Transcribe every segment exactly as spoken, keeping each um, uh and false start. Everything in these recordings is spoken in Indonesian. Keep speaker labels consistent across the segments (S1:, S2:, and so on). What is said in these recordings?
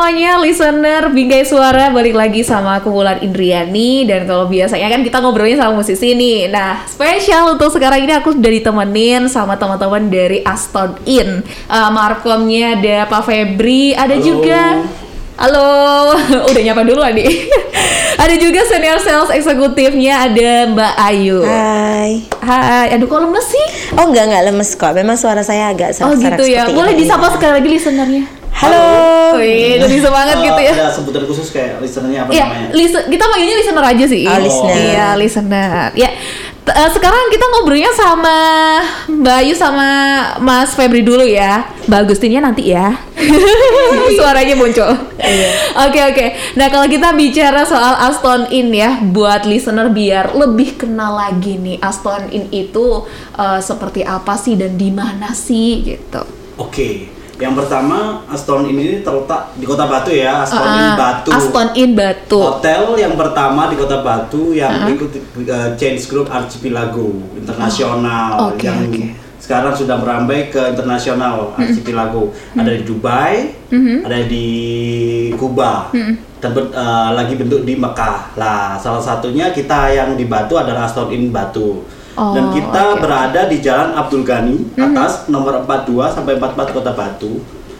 S1: semuanya, listener Bingkai Suara, balik lagi sama aku Wulan Indriani. Dan kalau biasanya kan kita ngobrolnya sama musisi nih. Nah, spesial untuk sekarang ini aku sudah ditemenin sama teman-teman dari Aston In. uh, Markomnya ada Pak Febri, ada
S2: Halo.
S1: juga halo, udah nyapa dulu nih. Ada juga senior sales eksekutifnya, ada Mbak Ayu.
S3: Hai.
S1: Hai, aduh kok lemes sih?
S3: Oh enggak, enggak lemes kok. Memang suara saya agak
S1: Oh
S3: serak-serak
S1: gitu ya,
S3: seperti
S1: boleh
S3: ini.
S1: disapa sekali lagi listenernya.
S3: Halo.
S1: Wih, jadi semangat
S2: Uh,
S1: gitu ya.
S2: Ada sebutan khusus kayak listenernya apa
S1: Iya,
S2: namanya?
S1: listen, kita manggilnya listener aja sih.
S3: Oh, listener.
S1: Iya, listener. Ya, t- uh, sekarang kita ngobrolnya sama Mbak Ayu sama Mas Febri dulu ya. Mbak Agustinnya nanti ya. Suaranya muncul. Oke, oke. Nah, kalau kita bicara soal Aston In ya, buat listener biar lebih kenal lagi nih Aston In itu uh, seperti apa sih dan di mana sih gitu.
S2: Oke, yang pertama Aston In ini terletak di Kota Batu ya, Aston In
S1: Uh,
S2: Batu.
S1: Aston In Batu.
S2: Hotel yang pertama di Kota Batu yang
S1: Uh-huh.
S2: ikut uh, Change Group Archipelago Internasional
S1: Oh, oke,
S2: yang
S1: oke.
S2: sekarang sudah merambai ke internasional Archipelago. Ada di Dubai, ada di Kuba, dan ber- uh, lagi bentuk di Mekah. Lah, salah satunya kita yang di Batu adalah Aston In Batu.
S1: Oh,
S2: Dan kita
S1: oke,
S2: berada di Jalan Abdul Ghani atas nomor empat puluh dua sampai empat puluh empat Kota Batu.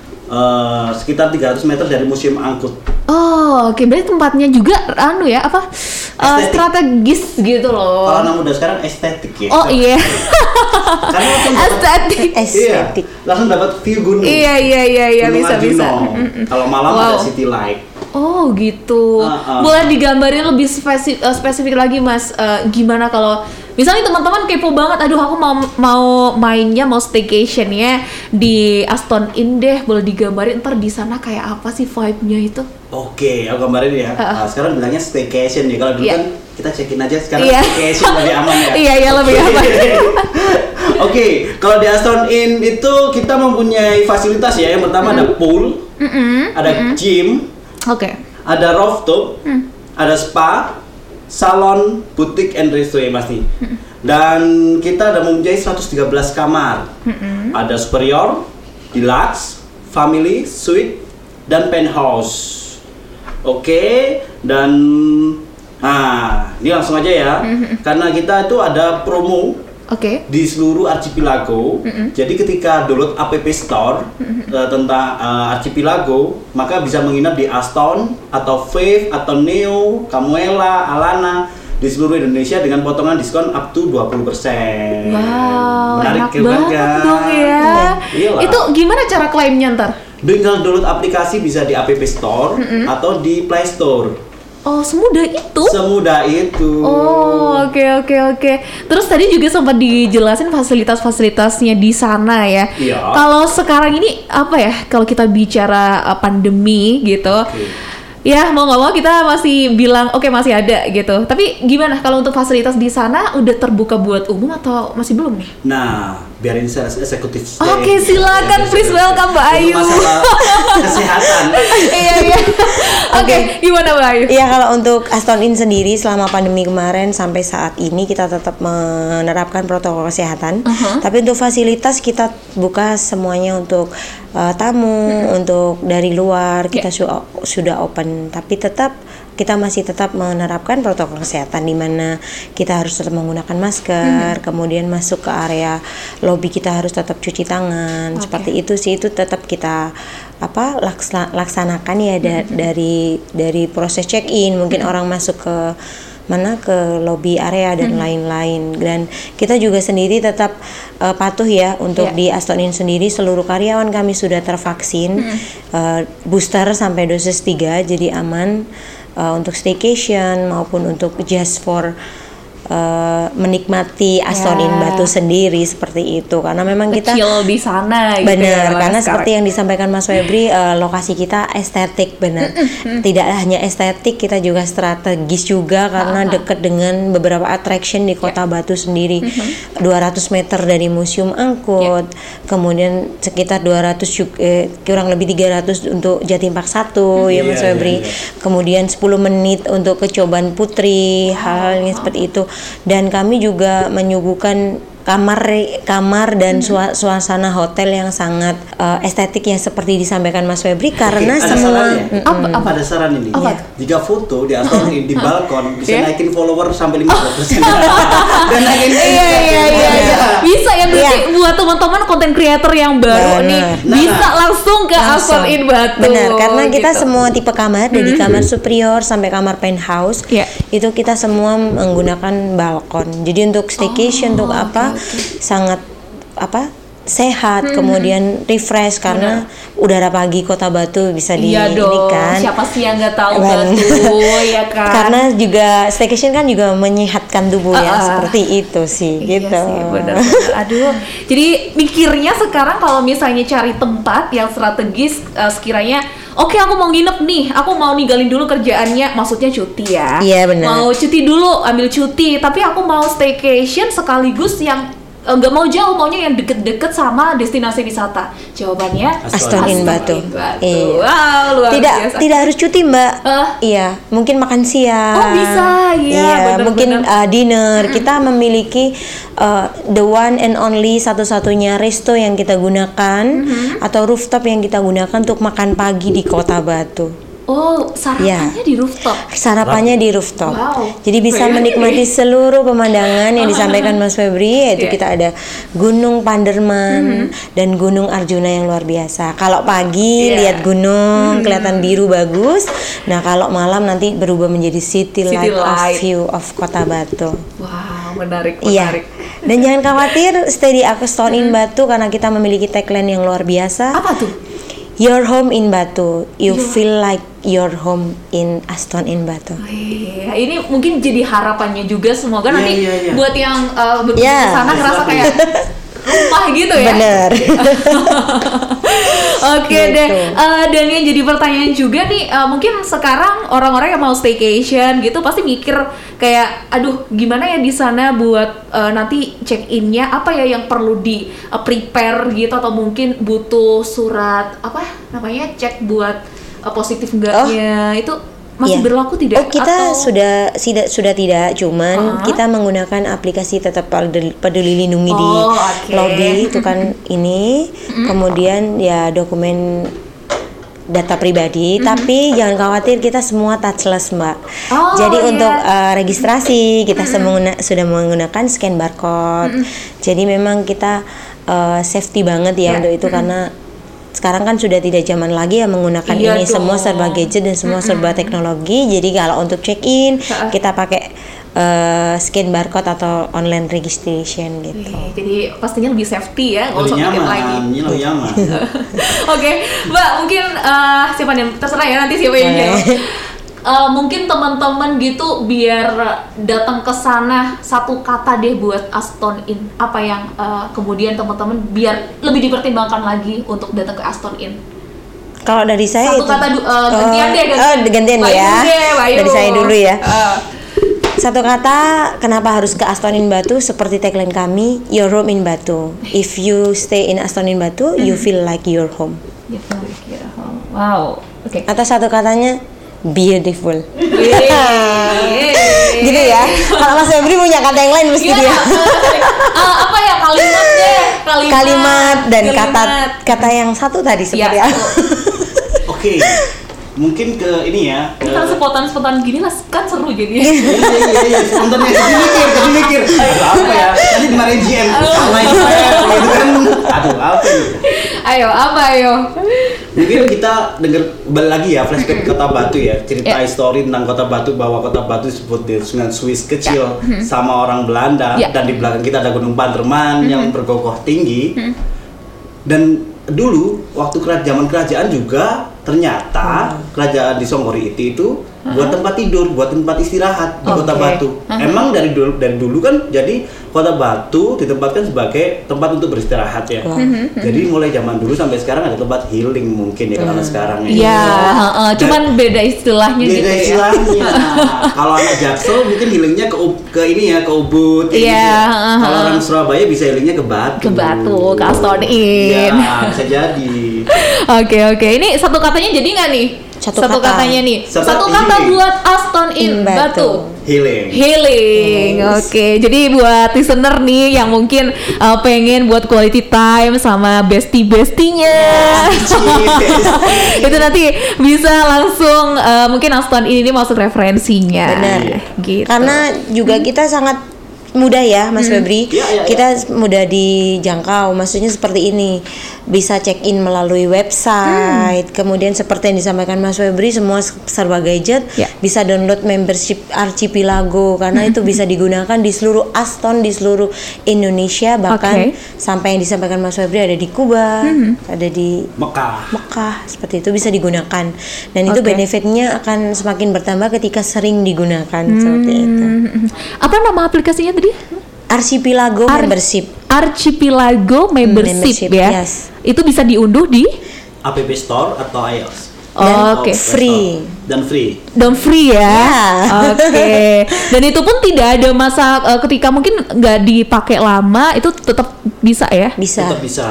S2: Uh, sekitar tiga ratus meter dari Museum Angkut.
S1: Oh, oke. Berarti tempatnya juga anu ya, apa? uh,
S2: Estetik.
S1: strategis gitu loh.
S2: Kalau anak muda sekarang estetik ya.
S1: Oh iya.
S2: Karena langsung dapat,
S1: Estetik.
S3: Estetik.
S2: iya, langsung dapat view gunung.
S1: Iya, iya, iya, iya,
S2: Gunung
S1: bisa, bisa.
S2: Arjuna.
S1: Mm-mm.
S2: Kalau malam
S1: Wow.
S2: ada city light.
S1: Oh gitu.
S2: Uh-uh.
S1: Boleh digambarin lebih spesifik, uh, spesifik lagi Mas. Uh, gimana kalau misalnya teman-teman kepo banget, aduh aku mau mau mainnya, mau staycationnya di Aston In deh. Boleh digambarin ntar di sana kayak apa sih vibe-nya itu?
S2: Oke, aku gambarin ya.
S1: Uh-uh.
S2: Nah, sekarang bilangnya staycation ya. Kalau dulu
S1: Iya.
S2: kan kita check-in aja, sekarang
S1: Iya.
S2: staycation lebih aman ya.
S1: Iya, iya, lebih
S2: Oke.
S1: aman.
S2: Oke, kalau di Aston In itu kita mempunyai fasilitas ya. Yang pertama ada pool,
S1: Mm-mm.
S2: ada gym,
S1: Oke.
S2: ada rooftop, ada spa, salon, butik, and resto ya pasti. Dan kita ada mempunyai seratus tiga belas kamar. Ada superior, deluxe, family, suite, dan penthouse. Oke, dan nah ini langsung aja ya. Karena kita itu ada promo
S1: Oke.
S2: di seluruh Archipelago. Jadi ketika download app store uh, tentang uh, Archipelago, maka bisa menginap di Aston atau Fave atau Neo, Camuela, Alana di seluruh Indonesia dengan potongan diskon up to dua puluh persen.
S1: Wow, enak
S2: Menarik kan,
S1: banget
S2: kan?
S1: dong ya.
S2: Iyalah.
S1: Itu gimana cara klaimnya ntar?
S2: Tinggal download aplikasi bisa di App Store atau di Play Store.
S1: Oh, semudah itu?
S2: Semudah itu.
S1: Oh, oke oke oke. Terus tadi juga sempat dijelasin fasilitas-fasilitasnya di sana ya.
S2: Iya.
S1: Kalau sekarang ini apa ya? Kalau kita bicara uh, pandemi gitu.
S2: Oke.
S1: Ya, mau nggak mau kita masih bilang oke masih ada gitu. Tapi gimana kalau untuk fasilitas di sana udah terbuka buat umum atau masih belum nih?
S2: Nah, biarin saya eksekutif.
S1: Oke, silakan, please welcome Mbak Ayu.
S2: Untuk masalah kesehatan.
S1: Iya iya. Oke, gimana Mbak Ayu?
S3: Iya, kalau untuk Aston In sendiri selama pandemi kemarin sampai saat ini kita tetap menerapkan protokol kesehatan.
S1: Uh-huh.
S3: Tapi untuk fasilitas kita buka semuanya untuk uh, tamu, untuk dari luar kita su- sudah open. Tapi tetap kita masih tetap menerapkan protokol kesehatan di mana kita harus tetap menggunakan masker, kemudian masuk ke area lobi kita harus tetap cuci tangan.
S1: Oke.
S3: Seperti itu sih, itu tetap kita apa laksa- laksanakan ya da- dari dari proses check in, mungkin orang masuk ke mana ke lobby area dan lain-lain. Dan kita juga sendiri tetap uh, patuh ya untuk
S1: Ya.
S3: di Aston In sendiri seluruh karyawan kami sudah tervaksin uh, booster sampai dosis tiga, jadi aman uh, untuk staycation maupun untuk just for uh, menikmati Aston In
S1: Ya.
S3: Batu sendiri seperti itu, karena memang kita
S1: Kecil di sana gitu.
S3: benar,
S1: ya,
S3: karena
S1: sekarang.
S3: seperti yang disampaikan Mas Febri, uh, lokasi kita estetik benar. Tidak hanya estetik, kita juga strategis juga karena dekat dengan beberapa attraction di Kota Batu sendiri. dua ratus meter dari Museum Angkut, kemudian sekitar dua ratus ju- eh, kurang lebih tiga ratus untuk Jatim Park satu ya Mas
S2: Iya, iya,
S3: Febri.
S2: iya.
S3: Kemudian sepuluh menit untuk ke Coban Putri, hal-hal yang seperti itu. Dan kami juga menyuguhkan kamar kamar dan sua- suasana hotel yang sangat uh, estetik yang seperti disampaikan Mas Febri karena
S2: Oke, ada
S3: semua
S2: sarannya.
S3: Mm-mm.
S1: Apa, apa?
S2: Ada saran ini.
S1: Apa?
S2: Jika foto di Aston Inn di balkon bisa
S1: Yeah.
S2: naikin follower sampai lima puluh persen. Dan naikin
S1: Iya iya iya iya. Bisa ya berarti
S3: Iya.
S1: buat teman-teman konten creator yang baru
S3: Bener.
S1: nih
S2: Nah.
S1: bisa langsung ke Aston Inn Batu.
S3: Benar, karena kita
S1: gitu.
S3: semua tipe kamar dari kamar superior sampai kamar penthouse
S1: Iya.
S3: itu kita semua menggunakan balkon. Jadi untuk staycation untuk apa sangat apa sehat, kemudian refresh karena udara pagi Kota Batu bisa di
S1: Iya
S3: ini
S1: dong.
S3: kan.
S1: Siapa sih yang nggak tahu
S3: Ben.
S1: Batu ya kan?
S3: Karena juga staycation kan juga menyehatkan tubuh ya,
S1: Ah, ah.
S3: seperti itu sih,
S1: Iya
S3: gitu.
S1: sih, benar-benar. Aduh, jadi mikirnya sekarang kalau misalnya cari tempat yang strategis, uh, sekiranya, oke aku mau nginep nih, aku mau ninggalin dulu kerjaannya, maksudnya cuti ya.
S3: Iya, benar.
S1: Mau cuti dulu, ambil cuti, tapi aku mau staycation sekaligus yang uh, nggak mau jauh, maunya yang deket-deket sama destinasi wisata. Jawabannya
S3: Aston Inn Batu.
S1: Batu.
S3: Iya.
S1: Wow, luar
S3: Tidak
S1: biasa.
S3: tidak harus cuti, Mbak.
S1: Eh.
S3: Iya, mungkin makan siang.
S1: Oh, bisa. Iya, benar-benar.
S3: mungkin uh, dinner. Kita memiliki uh, the one and only satu-satunya resto yang kita gunakan atau rooftop yang kita gunakan untuk makan pagi di Kota Batu.
S1: Oh, sarapannya
S3: Iya.
S1: di rooftop.
S3: Sarapannya di rooftop.
S1: Wow.
S3: Jadi bisa
S1: Keren
S3: menikmati
S1: ini.
S3: seluruh pemandangan yang disampaikan Mas Febri, yaitu
S1: Iya.
S3: kita ada Gunung Panderman dan Gunung Arjuna yang luar biasa. Kalau pagi
S1: Iya.
S3: lihat gunung kelihatan biru bagus. Nah, kalau malam nanti berubah menjadi city,
S1: City
S3: light, of
S1: light.
S3: view of Kota Batu.
S1: Wow, menarik,
S3: Iya.
S1: menarik.
S3: Dan jangan khawatir stay di Aston Inn Batu karena kita memiliki tagline yang luar biasa.
S1: Apa tuh?
S3: Your home in Batu, you feel like your home in Aston Inn Batu.
S1: Iya, ini mungkin jadi harapannya juga, semoga
S2: Iya,
S1: nanti
S2: iya, iya.
S1: buat yang uh, berkunjung
S3: Iya.
S1: ke sana ngerasa kayak rumah gitu ya.
S3: Bener.
S1: Oke
S3: Gitu.
S1: deh. Uh, dan yang jadi pertanyaan juga nih, uh, mungkin sekarang orang-orang yang mau staycation gitu pasti mikir kayak, aduh gimana ya di sana buat uh, nanti check innya apa ya yang perlu di uh, prepare gitu, atau mungkin butuh surat apa namanya cek buat uh, positif enggaknya itu masih
S3: Iya.
S1: berlaku tidak?
S3: Oh, kita
S1: Atau-
S3: sudah sudah sudah tidak, cuman
S1: Uh-huh.
S3: kita menggunakan aplikasi tetap peduli, peduli lindungi di
S1: Oh, oke.
S3: lobby itu kan ini, kemudian ya dokumen data pribadi, tapi jangan khawatir kita semua touchless, Mbak.
S1: Oh,
S3: Jadi
S1: iya.
S3: untuk uh, registrasi kita semua sudah menggunakan scan barcode. Jadi memang kita uh, safety banget ya
S1: Ya.
S3: untuk itu karena sekarang kan sudah tidak zaman lagi ya menggunakan
S1: Iya
S3: ini, semua
S1: dong.
S3: serba gadget dan semua serba teknologi. Jadi kalau untuk check in
S1: Ha-ha.
S3: kita pakai uh, scan barcode atau online registration gitu.
S1: Oke, jadi pastinya lebih safety ya, nggak
S2: Lebih
S1: usah mikir
S2: nyaman,
S1: lagi.
S2: ini lebih nyaman.
S1: Oke, Mbak, mungkin eh, siapa nih? Terserah ya nanti siapa yang
S3: Boleh.
S1: jawab. Eh, mungkin teman-teman gitu biar datang ke sana satu kata deh buat Aston Inn. Apa yang eh, kemudian teman-teman biar lebih dipertimbangkan lagi untuk datang ke Aston Inn?
S3: Kalau dari saya
S1: Satu
S3: itu
S1: kata du- eh, gantian
S3: Oh,
S1: deh, gantian.
S3: oh, gantian
S1: Bayu
S3: ya.
S1: deh, Bayu.
S3: Dari saya dulu ya.
S1: Eh,
S3: Satu kata, kenapa harus ke Aston Inn Batu? Seperti tagline kami, your home in Batu. If you stay in Aston Inn Batu, you feel like your home.
S1: ya, kira. Wow. Oke.
S3: Atau satu katanya, beautiful.
S1: Yeay.
S3: Gitu ya. Kalau Mas Febri punya kata yang lain mesti
S1: Gimana?
S3: dia.
S1: Eh, apa ya kalimat deh? Kalimat,
S3: Kalimat dan
S1: Kalimat.
S3: kata kata yang satu tadi seperti
S1: Ya,
S3: apa?
S2: Oke, mungkin ke ini ya.
S1: Ini
S2: ke-
S1: kalau spontan-spontan gini lah kan seru jadi.
S2: Iya iya iya, spontan ya. Jadi mikir, jadi mikir. Aduh apa ya? Tadi kemarin G M lain saya, gitu kan. Aduh apa ini?
S1: Ayo, apa ayo?
S2: Mungkin kita dengar balik lagi ya flashback Kota Batu ya, cerita
S1: Ya.
S2: histori tentang Kota Batu, bahwa Kota Batu disebut dengan Swiss kecil sama orang Belanda,
S1: Ya.
S2: dan di belakang kita ada Gunung Panderman yang berkokoh tinggi. Dan dulu waktu kerajaan zaman kerajaan juga ternyata kerajaan di Songgoriti itu buat tempat tidur, buat tempat istirahat di Kota
S1: Oke.
S2: Batu.
S1: Uh-huh.
S2: Emang dari dulu dari dulu kan jadi Kota Batu ditempatkan sebagai tempat untuk beristirahat ya. Jadi mulai zaman dulu sampai sekarang ada tempat healing mungkin ya kalau sekarang ya.
S1: Iya, heeh,
S2: Dan
S1: cuman beda istilahnya
S2: beda
S1: gitu ya.
S2: istilahnya. Kalau anak Jaksel mungkin healingnya ke Ub- ke ini ya, ke Ubud. kayak
S1: Iya,
S2: gitu ya.
S1: heeh,
S2: Kalau
S1: heeh.
S2: orang Surabaya bisa healingnya ke Batu.
S1: Ke Batu, ke Aston Inn.
S2: Iya, bisa jadi.
S1: Oke oke, ini satu katanya jadi nggak nih?
S3: Satu
S1: satu
S3: kata.
S1: katanya nih.
S2: Satu
S1: Satu
S2: ini.
S1: kata buat Aston in
S3: In Batu.
S1: Batu.
S2: Healing.
S1: Healing.
S3: Yes.
S1: Oke, jadi buat listener nih yang mungkin uh, pengen buat quality time sama bestie-bestinya. Itu nanti bisa langsung uh, mungkin Aston in ini masuk referensinya.
S3: Benar.
S1: Gitu.
S3: Karena juga kita sangat mudah ya Mas Febri,
S2: Iya, iya,
S3: kita mudah dijangkau, maksudnya seperti ini, bisa check in melalui website, kemudian seperti yang disampaikan Mas Febri, semua serba gadget,
S1: Ya.
S3: bisa download membership Archipelago karena itu bisa digunakan di seluruh Aston di seluruh Indonesia, bahkan
S1: Oke.
S3: sampai yang disampaikan Mas Febri ada di Kuba, ada di
S2: Mekah.
S3: Mekah, seperti itu bisa digunakan, dan itu
S1: Oke.
S3: benefitnya akan semakin bertambah ketika sering digunakan seperti itu.
S1: Hmm. Apa nama aplikasinya tadi?
S3: Archipelago
S1: Ar-
S3: membership.
S1: Archipelago membership,
S3: membership,
S1: ya.
S3: yes.
S1: Itu bisa diunduh di
S2: App Store atau iOS.
S1: Oh, oke.
S2: Atau
S3: Free.
S2: Store. Dan free.
S1: dan free ya.
S3: Ya.
S1: Oke. Dan itu pun tidak ada masa uh, ketika mungkin nggak dipakai lama itu tetap bisa ya.
S3: Bisa.
S2: Tetap bisa.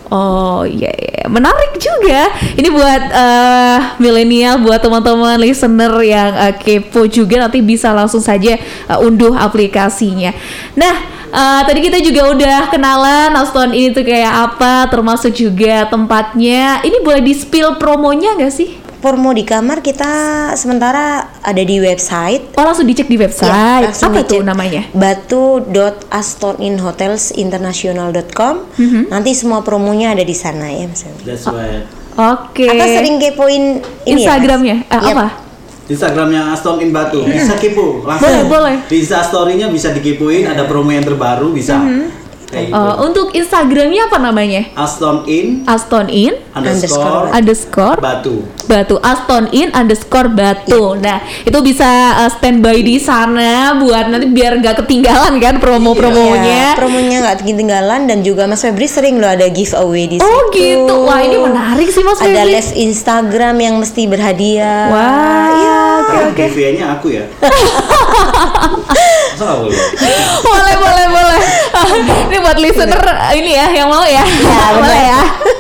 S1: Oh iya, iya. Menarik juga. Ini buat uh, milenial, buat teman-teman listener yang uh, kepo juga nanti bisa langsung saja uh, unduh aplikasinya. Nah, uh, tadi kita juga udah kenalan Aston ini tuh kayak apa, termasuk juga tempatnya. Ini boleh di-spill promonya nggak sih?
S3: Promo di kamar kita sementara ada di website.
S1: Oh, langsung dicek di website.
S3: Ya, langsung
S1: apa tuh
S3: dicek.
S1: namanya?
S3: batu dot astoninhotelsinternational dot com. Nanti semua promonya ada di sana ya Mas.
S2: That's right.
S1: Oke.
S3: Atau sering kepoin ini
S1: Instagramnya?
S3: ya?
S1: Eh,
S3: Yap.
S1: apa?
S2: Instagramnya Aston in Batu bisa kepo langsung.
S1: Boleh, boleh.
S2: Di Insta Story-nya bisa dikepoin, ada promo yang terbaru bisa. Kayak gitu.
S1: Uh, untuk Instagramnya apa namanya?
S2: Aston in
S1: Aston in
S2: underscore
S1: underscore
S2: Batu.
S1: Batu. Aston in underscore Batu. Nah, itu bisa uh, standby di sana buat nanti biar nggak ketinggalan kan promo-promonya.
S3: Ya, promonya nggak ketinggalan, dan juga Mas Febri sering loh ada giveaway di situ.
S1: Oh gitu. Wah, ini menarik sih Mas
S3: Ada
S1: Febri.
S3: live Instagram yang mesti berhadiah.
S1: Wah, iya, oke
S2: Ah,
S1: oke.
S2: D V-nya aku ya. Masa nggak boleh?
S1: Boleh, boleh, boleh. Ini buat listener ini ya yang mau ya. Boleh ya.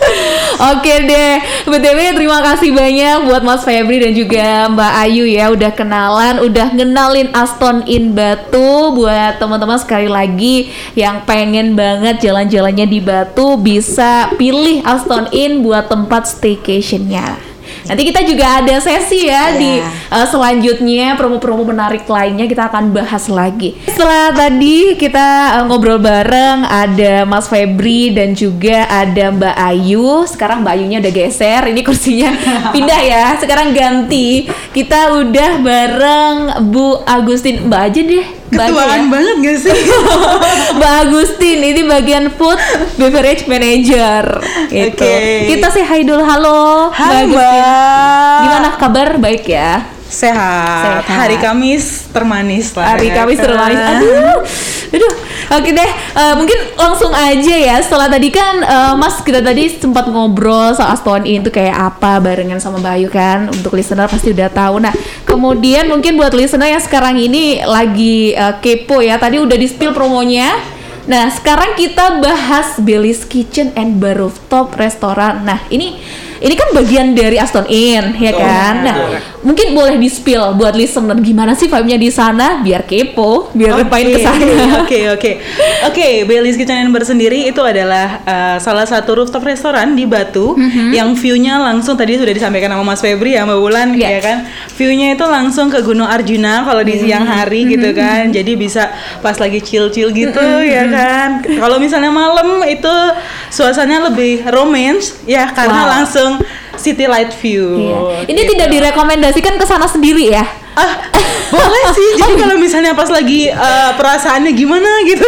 S1: Oke deh. B T W terima kasih banyak buat Mas Febri dan juga Mbak Ayu ya udah kenalan, udah ngenalin Aston in Batu buat teman-teman. Sekali lagi yang pengen banget jalan-jalannya di Batu bisa pilih Aston in buat tempat staycationnya. Nanti kita juga ada sesi ya
S3: Ya.
S1: di uh, selanjutnya promo-promo menarik lainnya kita akan bahas lagi. Setelah tadi kita uh, ngobrol bareng ada Mas Febri dan juga ada Mbak Ayu. Sekarang Mbak Ayunya udah geser, ini kursinya pindah ya. Sekarang ganti. Kita udah bareng Bu Agustin. Mbak aja deh. Mbak aja
S4: Ketuaan
S1: ya.
S4: banget gak sih?
S1: Mbak Agustin ini bagian food beverage manager gitu.
S4: Oke.
S1: Kita say hi dulu. Halo
S4: Hai
S1: Agustin.
S4: Mbak.
S1: Gimana kabar? Baik ya.
S4: Sehat.
S1: Sehat.
S4: Hari Kamis termanis lah.
S1: Hari
S4: ya
S1: Kamis
S4: kan?
S1: terlalu aduh aduh oke deh, eh, mungkin langsung aja ya. Setelah tadi kan eh, Mas kita tadi sempat ngobrol soal Aston in itu kayak apa barengan sama Mbak Ayu kan. Untuk listener pasti udah tahu. Nah kemudian mungkin buat listener yang sekarang ini lagi eh, kepo ya, tadi udah di spill promonya. Nah sekarang kita bahas Belly's Kitchen and Bar Rooftop Restoran. Nah ini ini kan bagian dari Aston in ya
S2: Betul,
S1: kan. Nah
S2: betul.
S1: mungkin boleh di spill buat listener gimana sih vibe-nya di sana biar kepo, biar
S4: Oke,
S1: main ke sana.
S4: Oke, oke. Oke, Belly's Kitchen and Bar sendiri itu adalah uh, salah satu rooftop restoran di Batu yang view-nya langsung tadi sudah disampaikan sama Mas Febri ya Mbak Wulan
S1: Iya.
S4: ya kan. View-nya itu langsung ke Gunung Arjuna kalau di siang hari gitu kan. Jadi bisa pas lagi chill-chill gitu ya kan. Kalau misalnya malam itu suasananya lebih romance ya karena
S1: Wow.
S4: langsung city light view.
S1: Iya. Ini
S4: gitu.
S1: tidak direkomendasikan ke sana sendiri ya.
S4: Ah, boleh sih. Jadi kalau misalnya pas lagi eh, perasaannya gimana gitu,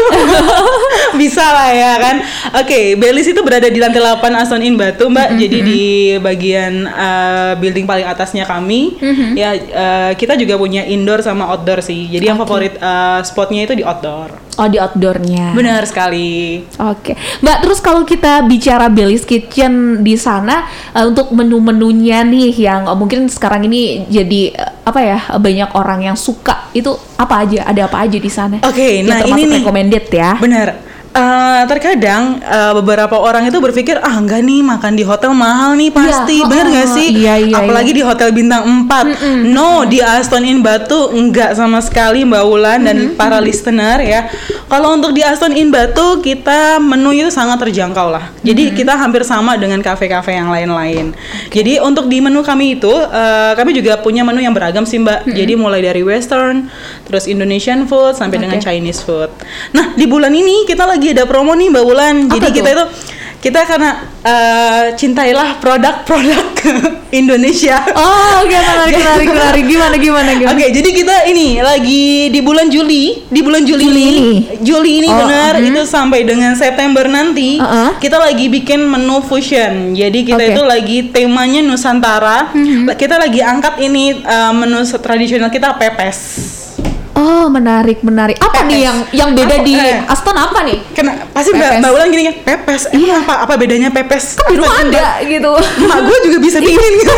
S4: bisa lah ya kan. Oke, Belly's itu berada di lantai delapan Aston in Batu, Mbak. Jadi di bagian eh, building paling atasnya kami. Ya, eh, kita juga punya indoor sama outdoor sih. Jadi yang
S1: Oke.
S4: favorit eh, spotnya itu di outdoor.
S1: Oh di outdoornya.
S4: Benar sekali.
S1: Oke, Mbak. Terus kalau kita bicara Belly's Kitchen di sana eh, untuk menu-menunya nih yang eh, mungkin sekarang ini jadi eh, apa ya banyak orang yang suka itu apa aja? Ada apa aja di sana?
S4: Oke,
S1: Yang
S4: nah
S1: termasuk
S4: ini nih.
S1: recommended ya.
S4: Benar. Uh, terkadang uh, beberapa orang itu berpikir ah enggak nih makan di hotel mahal nih pasti,
S1: Iya,
S4: bener
S1: oh,
S4: nggak sih?
S1: iya, iya,
S4: Apalagi
S1: iya.
S4: di hotel bintang empat. No, di Aston Inn Batu enggak sama sekali Mbak Wulan dan para listener ya. Kalau untuk di Aston Inn Batu kita menu itu sangat terjangkau lah. Jadi kita hampir sama dengan kafe-kafe yang lain-lain. Jadi untuk di menu kami itu uh, kami juga punya menu yang beragam sih Mbak. Jadi mulai dari Western, terus Indonesian food sampai dengan
S1: Oke.
S4: Chinese food. Nah di bulan ini kita lagi ada promo nih Mbak Wulan.
S1: Apa
S4: Jadi
S1: tuh?
S4: kita itu kita karena uh, cintailah produk-produk Indonesia.
S1: Oh, oke, menarik, menarik, menarik. Gimana, gimana, gimana?
S4: Oke, jadi kita ini lagi di bulan Juli, di bulan Juli,
S1: Juli
S4: ini,
S1: ini.
S4: Juli ini
S1: Oh,
S4: benar,
S1: mhm.
S4: itu sampai dengan September nanti,
S1: Uh-uh.
S4: kita lagi bikin menu fusion. Jadi kita
S1: Oke.
S4: itu lagi temanya Nusantara. Kita lagi angkat ini uh, menu tradisional kita pepes.
S1: Oh, menarik, menarik. Apa
S4: Pepes.
S1: nih yang yang beda
S4: Apa?
S1: di
S4: Eh.
S1: Aston apa nih?
S4: Kena pasti Mbak
S1: Pepes.
S4: Mbak Wulan gini kan, pepes. Emang apa apa bedanya pepes?
S1: Kan di rumah ada gitu.
S4: Mak gue juga bisa bikin gitu.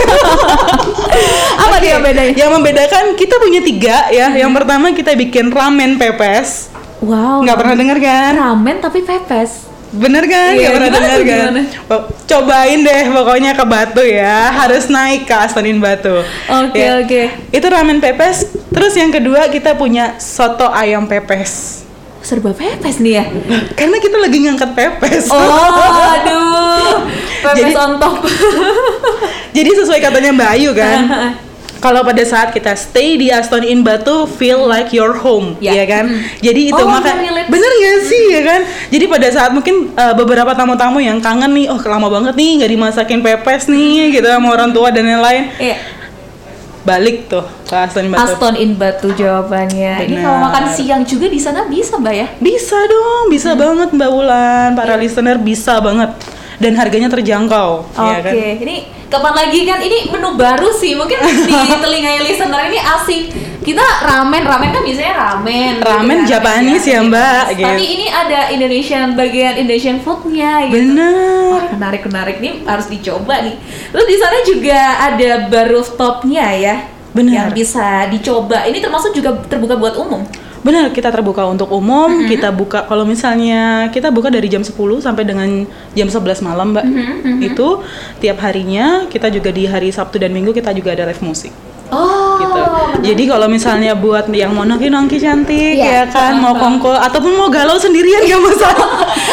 S1: Apa
S4: Oke,
S1: nih yang bedanya?
S4: Yang membedakan kita punya tiga ya. Yang pertama kita bikin ramen pepes.
S1: Wow.
S4: Nggak pernah dengar kan?
S1: Ramen tapi pepes.
S4: Bener kan?
S1: Iya,
S4: Nggak pernah
S1: gimana
S4: dengar
S1: tuh,
S4: kan?
S1: gimana?
S4: Pok- Cobain deh pokoknya ke Batu ya. Harus naik ke Aston Inn Batu.
S1: Oke,
S4: Ya.
S1: oke.
S4: Itu ramen pepes. Terus yang kedua kita punya soto ayam pepes.
S1: Serba pepes nih ya.
S4: Karena kita lagi ngangkat pepes.
S1: Oh, aduh. Pepes
S4: Jadi-
S1: on top.
S4: Jadi sesuai katanya Mbak Ayu kan. Kalau pada saat kita stay di Aston Inn Batu feel like your home,
S1: Ya.
S4: ya kan?
S1: Mm.
S4: Jadi itu
S1: Oh,
S4: maka
S1: very relax.
S4: bener gak sih ya kan? Jadi pada saat mungkin uh, beberapa tamu-tamu yang kangen nih, oh lama banget nih nggak dimasakin pepes nih, gitu sama orang tua dan lain-lain,
S1: Iya.
S4: balik tuh ke Aston Inn Batu.
S1: Aston Inn Batu jawabannya. Ini
S4: Benar.
S1: kalau makan siang juga di sana bisa, Mbak ya?
S4: Bisa dong, bisa banget Mbak Wulan, para listener bisa banget. Dan harganya terjangkau,
S1: Oke,
S4: ya kan?
S1: ini kapan lagi kan ini menu baru sih, mungkin di telinga listener ini asing. Kita ramen, ramen kan biasanya ramen.
S4: Ramen
S1: gitu kan,
S4: Japanese ya, Mbak,
S1: Tapi
S4: gitu.
S1: ini ada Indonesian bagian Indonesian foodnya gitu.
S4: Bener.
S1: Wah, menarik menarik nih harus dicoba nih. Terus di sana juga ada bar rooftopnya ya.
S4: Benar.
S1: Yang bisa dicoba. Ini termasuk juga terbuka buat umum.
S4: Benar, kita terbuka untuk umum, kita buka kalau misalnya kita buka dari jam sepuluh sampai dengan jam sebelas malam, Mbak. Itu tiap harinya, kita juga di hari Sabtu dan Minggu kita juga ada live musik.
S1: Oh.
S4: Gitu. Jadi kalau misalnya buat yang mau nongki-nongki cantik
S1: Iya.
S4: ya kan, mau kongko ataupun mau galau sendirian gak masalah.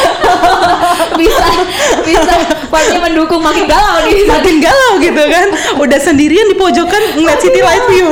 S1: bisa bisa pasti mendukung makin galau nih.
S4: Makin galau gitu kan. Udah sendirian di pojokan ngeliat City Light View.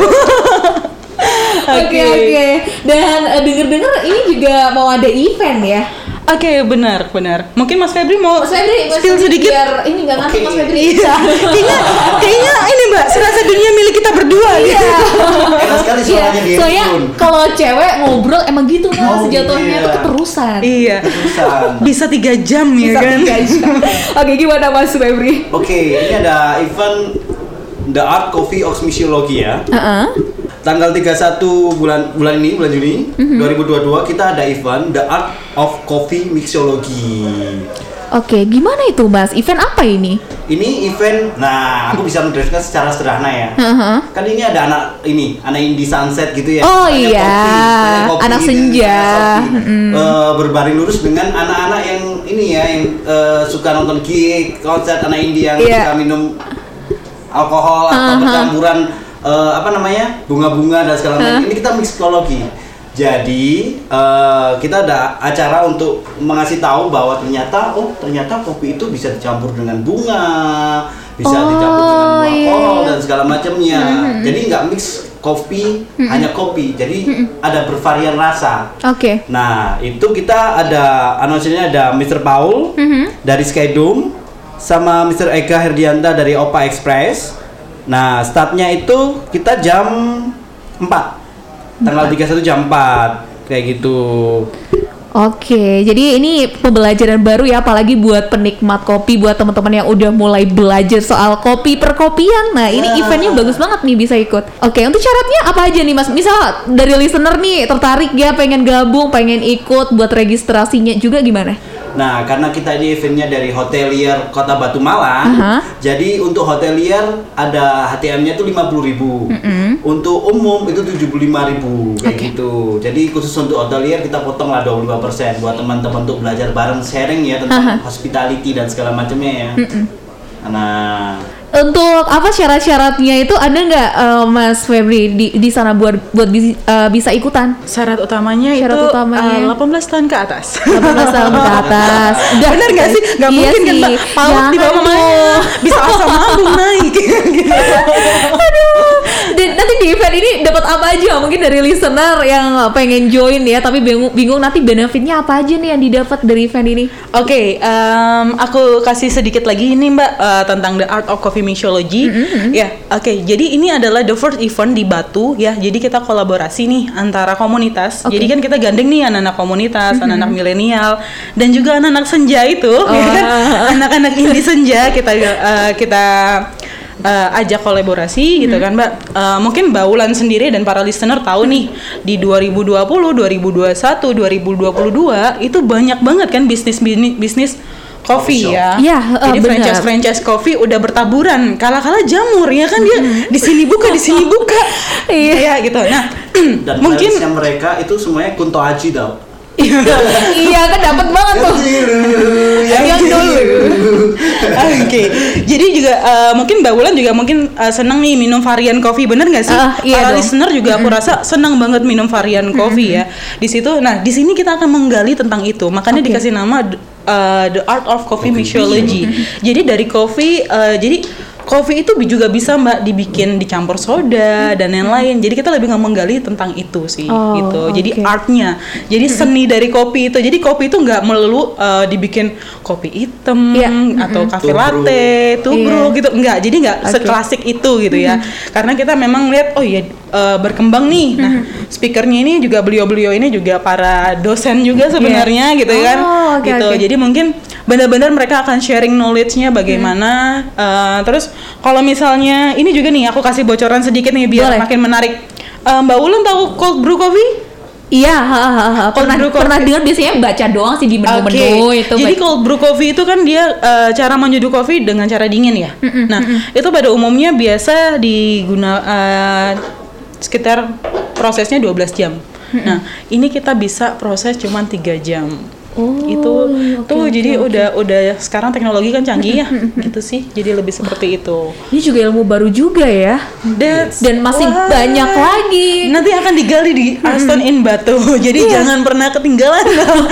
S1: Oke oke. Dan eh, denger-denger ini juga mau ada event ya.
S4: Oke, benar, benar. Mungkin Mas Febri mau
S1: Mas Febri, Mas
S4: spill
S1: Febri,
S4: sedikit.
S1: biar ini nggak ngantuk
S2: Oke.
S1: Mas Febri.
S4: Iya, kayaknya, kayaknya ini Mbak, serasa dunia milik kita berdua gitu.
S2: Enak sekali
S1: Iya,
S2: suaranya di
S1: soalnya
S2: handphone.
S1: kalau cewek ngobrol emang gitu Mas,
S2: Oh, gitu
S1: jatuhnya
S2: ya.
S1: tuh keterusan.
S4: Iya,
S2: Terusan.
S4: bisa tiga jam ya
S1: Bisa
S4: kan?
S1: tiga jam. Oke, gimana Mas Febri?
S2: Oke, ini ada event The Art Coffee of Mixology ya.
S1: Heeh.
S2: Tanggal tiga puluh satu bulan bulan ini, bulan Juni dua ribu dua puluh dua kita ada event The Art of Coffee Mixology.
S1: Oke, gimana itu Mas? Event apa ini?
S2: Ini event, nah aku bisa menjelaskan secara sederhana ya.
S1: Heeh.
S2: Kan ini ada anak ini, anak indie sunset gitu ya.
S1: Oh
S2: Banyak
S1: iya,
S2: banyak kopi
S1: anak
S2: gitu,
S1: senja.
S2: banyak kopi. Eh, berbaring lurus dengan anak-anak yang ini ya, yang eh, suka nonton gig, konser anak indie yang
S1: Iya.
S2: suka minum alkohol atau
S1: Uh-huh.
S2: percampuran eh, apa namanya bunga-bunga dan segala macam. Ini kita mixology. Jadi eh, kita ada acara untuk mengasih tahu bahwa ternyata oh ternyata kopi itu bisa dicampur dengan bunga, bisa
S1: Oh,
S2: dicampur dengan
S1: iya,
S2: alkohol
S1: iya.
S2: dan segala macamnya. Jadi nggak mix kopi hanya kopi. Jadi ada bervarian rasa.
S1: Oke.
S2: Nah, itu kita ada announcernya ada mister Paul
S1: Mhm.
S2: dari Skydome sama mister Eka Herdianta dari Opa Express. Nah, startnya itu kita jam empat. Tanggal tiga puluh satu jam empat. Kayak gitu.
S1: Oke, jadi ini pembelajaran baru ya, apalagi buat penikmat kopi, buat teman-teman yang udah mulai belajar soal kopi perkopian. Nah, ini
S2: Ya.
S1: eventnya bagus banget nih bisa ikut. Oke, untuk syaratnya apa aja nih Mas? Misal dari listener nih tertarik ya, pengen gabung, pengen ikut, buat registrasinya juga gimana?
S2: Nah, karena kita ini eventnya dari Hotelier Kota Batu Malang,
S1: Aha.
S2: jadi untuk hotelier ada H T M-nya tuh lima puluh ribu.
S1: Mm-mm.
S2: Untuk umum itu tujuh puluh lima ribu kayak
S1: Oke.
S2: gitu. Jadi khusus untuk hotelier kita potong lah dua puluh lima persen buat teman-teman untuk belajar bareng sharing ya tentang
S1: Aha.
S2: hospitality dan segala macamnya ya.
S1: Mm-mm.
S2: Nah,
S1: Untuk apa syarat-syaratnya itu ada nggak uh, Mas Febri di di sana buat buat bi- uh, bisa ikutan?
S4: Syarat utamanya
S1: Syarat
S4: itu
S1: utamanya.
S4: uh, delapan belas tahun ke atas.
S1: delapan belas tahun ke atas. Udah,
S4: Bener nggak sih? Nggak
S1: iya
S4: mungkin kan
S1: sih.
S4: Mbak, paut di bawah
S1: Jangan
S4: mamanya
S1: dong.
S4: bisa asam lambung naik gitu.
S1: Dan nanti di event ini dapat apa aja? Mungkin dari listener yang pengen join ya, tapi bingung, bingung nanti benefitnya apa aja nih yang didapat dari event ini?
S4: Oke, em, aku kasih sedikit lagi ini Mbak eh, tentang The Art of Coffee Mixology. Ya, oke. Jadi ini adalah the first event di Batu ya. Jadi kita kolaborasi nih antara komunitas.
S1: Oke.
S4: Jadi kan kita gandeng nih anak-anak komunitas, anak-anak milenial dan juga anak-anak senja itu, ya kan? Anak-anak indie senja kita eh, kita uh, ajak kolaborasi gitu kan Mbak. Uh, mungkin Mbak Wulan sendiri dan para listener tahu nih di dua ribu dua puluh, dua ribu dua puluh satu, dua ribu dua puluh dua itu banyak banget kan bisnis bisnis bisnis coffee
S2: Coffee
S4: ya.
S1: Iya, uh,
S4: Jadi
S1: benar.
S4: franchise franchise coffee udah bertaburan. Kala-kala jamur ya kan dia di sini buka di sini buka. Iya gitu. Nah,
S2: dan
S4: mungkin
S2: playlistnya mereka itu semuanya Kunto Aji tau.
S1: Iya kan dapat banget tuh. Yang dulu.
S4: Oke, jadi juga uh, mungkin Mbak Wulan juga mungkin uh, senang nih minum varian kopi, bener nggak sih?
S1: Ah, iya
S4: Para
S1: dong.
S4: listener juga aku rasa senang banget minum varian kopi ya. Di situ, nah di sini kita akan menggali tentang itu, makanya
S1: Oke.
S4: dikasih nama uh, The Art of Coffee Mixology. Jadi dari kopi, uh, jadi kopi itu juga bisa Mbak dibikin dicampur soda dan lain-lain. Jadi kita lebih nggak menggali tentang itu sih,
S1: Oh,
S4: gitu. Jadi
S1: oke.
S4: artnya, jadi seni dari kopi itu. Jadi kopi itu nggak melulu uh, dibikin kopi hitam
S1: Iya.
S4: atau kafe
S2: Tubruk.
S4: latte, tubruk
S1: Iya.
S4: gitu. Enggak, jadi nggak
S1: Oke.
S4: seklasik itu gitu ya. Karena kita memang lihat, oh iya uh, berkembang nih. Nah, speakernya ini juga beliau-beliau ini juga para dosen juga sebenarnya gitu kan.
S1: Oh, oke,
S4: gitu.
S1: oke.
S4: Jadi mungkin benar-benar mereka akan sharing knowledge-nya bagaimana. Uh, terus kalau misalnya ini juga nih aku kasih bocoran sedikit nih biar
S1: Boleh.
S4: makin menarik. Uh, Mbak Wulan tahu cold brew coffee?
S1: Iya, ha, ha, ha. pernah
S4: brew
S1: pernah
S4: coffee.
S1: dengar biasanya baca doang sih di menu-menu itu.
S4: Jadi
S1: baca-
S4: cold brew coffee itu kan dia uh, cara menyeduh kopi dengan cara dingin ya. Nah, itu pada umumnya biasa diguna uh, sekitar prosesnya dua belas jam. Nah, ini kita bisa proses cuma tiga jam.
S1: Oh,
S4: Itu
S1: oke,
S4: tuh
S1: oke,
S4: jadi
S1: oke.
S4: udah udah sekarang teknologi kan canggih ya. Gitu sih. Jadi lebih seperti itu.
S1: Ini juga ilmu baru juga ya.
S4: That's
S1: Dan masih
S4: why.
S1: banyak lagi.
S4: Nanti akan digali di Aston in Batu. Jadi
S1: Iya.
S4: jangan pernah ketinggalan.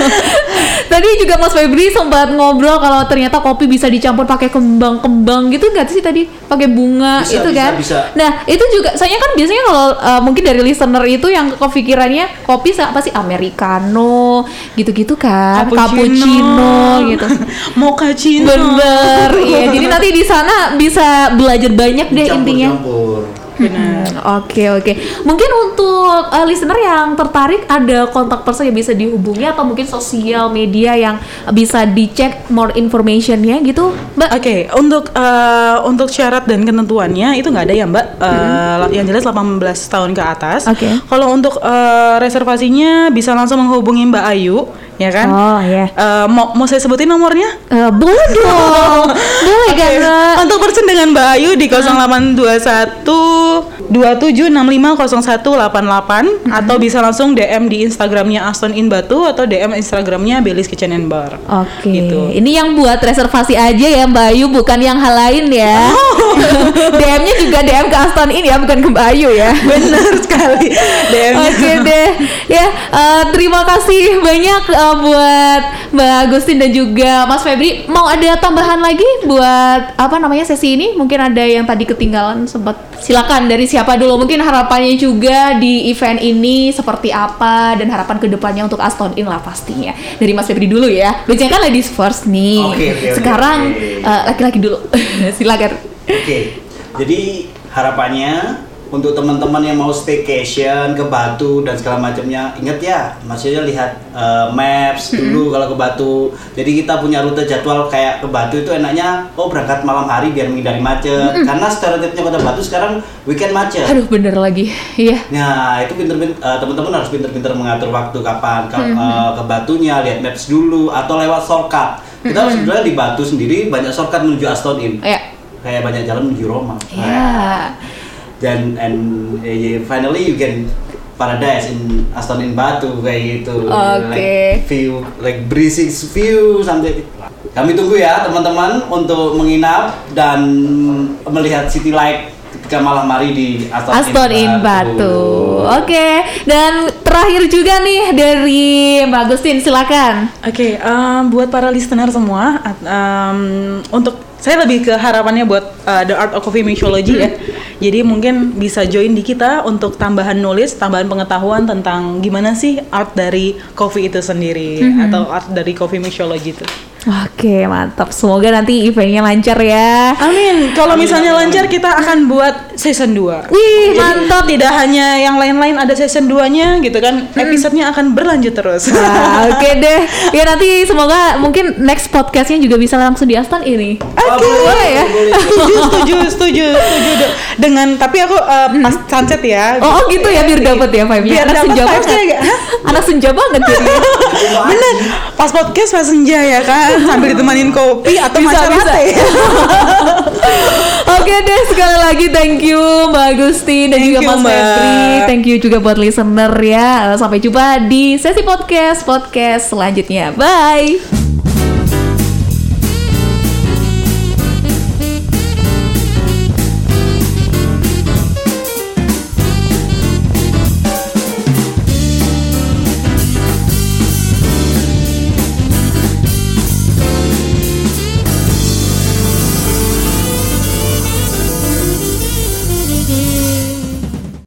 S1: Tadi juga Mas Febri sempat ngobrol kalau ternyata kopi bisa dicampur pakai kembang-kembang gitu nggak sih tadi? Pakai bunga
S2: Bisa,
S1: itu
S2: bisa,
S1: kan?
S2: bisa.
S1: Nah, itu juga saya kan biasanya kalau uh, mungkin dari listener itu yang kepikirannya kopi sa- apa sih americano gitu-gitu kan, cappuccino, gitu.
S4: Mochaccino.
S1: Bener, iya. Jadi nanti di sana bisa belajar banyak deh intinya.
S2: Campur-campur.
S4: Benar.
S1: Oke oke. Mungkin untuk uh, listener yang tertarik ada kontak person yang bisa dihubungi atau mungkin sosial media yang bisa dicek more informationnya gitu, Mbak?
S4: Oke, untuk eh, untuk syarat dan ketentuannya itu nggak ada ya Mbak. Eh, Yang jelas delapan belas tahun ke atas.
S1: Oke.
S4: Kalau untuk eh, reservasinya bisa langsung menghubungi Mbak Ayu, ya kan?
S1: Oh ya.
S4: Eh, mau mau saya sebutin nomornya?
S1: Uh, boleh dong, boleh kan?
S4: Oke.
S1: Mbak?
S4: Untuk person dengan Mbak Ayu di nol delapan dua satu dua tujuh enam lima nol satu delapan delapan atau bisa langsung D M di Instagramnya Aston in Batu atau D M Instagramnya Belly's Kitchen and Bar.
S1: Oke.
S4: Gitu.
S1: Ini yang buat reservasi aja ya Mbak Ayu, bukan yang hal lain ya. D M-nya juga D M ke Aston ini ya, bukan ke Mbak Ayu ya.
S4: Benar sekali. D M-nya.
S1: Oke deh, ya uh, terima kasih banyak uh, buat Mbak Agustin dan juga Mas Febri. Mau ada tambahan lagi buat apa namanya sesi ini? Mungkin ada yang tadi ketinggalan sempat. Silakan dari siapa dulu? Mungkin harapannya juga di event ini seperti apa dan harapan kedepannya untuk Aston In lah pastinya. Dari Mas Febri dulu ya. Biasanya kan ladies first nih.
S2: Oke, oke, oke,
S1: Sekarang
S2: oke.
S1: uh, laki-laki dulu. Silakan.
S2: Oke, jadi harapannya untuk teman-teman yang mau staycation ke Batu dan segala macamnya, ingat ya, maksudnya lihat uh, maps dulu kalau ke Batu. Jadi kita punya rute jadwal kayak ke Batu itu enaknya, oh berangkat malam hari biar menghindari macet. Mm-hmm. Karena stereotipnya kota Batu sekarang weekend macet.
S1: Aduh bener lagi, iya.
S2: Nah itu pinter-pinter uh, teman-teman harus pinter-pinter mengatur waktu kapan ke, mm-hmm. uh, ke Batunya, lihat maps dulu atau lewat shortcut. Kita mm-hmm. sebenarnya di Batu sendiri banyak shortcut menuju Aston Inn.
S1: Iya.
S2: Kayak banyak jalan menuju Roma.
S1: Iya.
S2: Dan and uh, finally you can paradise in Aston Inn Batu kayak gitu.
S1: Oke.
S2: Like view, like breezy view something. Kami tunggu ya teman-teman untuk menginap dan melihat city light ketika malam hari di Aston,
S1: Aston Inn Batu.
S2: Batu.
S1: Oke. Okay. Dan terakhir juga nih dari Mbak Agustin, silakan.
S4: Oke, okay, um, buat para listener semua, um, untuk saya lebih ke harapannya buat uh, The Art of Coffee Mixology ya. Jadi mungkin bisa join di kita untuk tambahan knowledge, tambahan pengetahuan tentang gimana sih art dari coffee itu sendiri mm-hmm. atau art dari coffee mixology itu.
S1: Oke, mantap. Semoga nanti eventnya lancar ya.
S4: Amin. Kalau misalnya lancar, kita akan buat season dua.
S1: Wih,
S4: Jadi,
S1: mantap.
S4: Tidak hanya yang lain-lain ada season dua-nya gitu kan. Hmm. Episodenya akan berlanjut terus.
S1: Wah, oke okay deh. Ya nanti semoga mungkin next podcastnya juga bisa langsung di Aston ini.
S4: Oke. Okay.
S1: Boleh ya?
S4: Setuju, setuju, setuju, setuju. Dengan tapi aku uh, pas sunset ya.
S1: Oh, oh gitu ya, biar dapat ya vibe-nya.
S4: Biar
S1: Anak senja banget. Anak senja banget jadi.
S4: Bener. Pas podcast pas senja ya kan. Sambil ditemanin kopi atau
S1: bisa,
S4: matcha
S1: bisa.
S4: latte.
S1: Oke deh, sekali lagi thank you Mbak Agustin dan
S4: Thank
S1: juga
S4: you,
S1: Mas
S4: Mbak.
S1: Febri. Thank you juga buat listener ya. Sampai jumpa di sesi podcast podcast selanjutnya. Bye.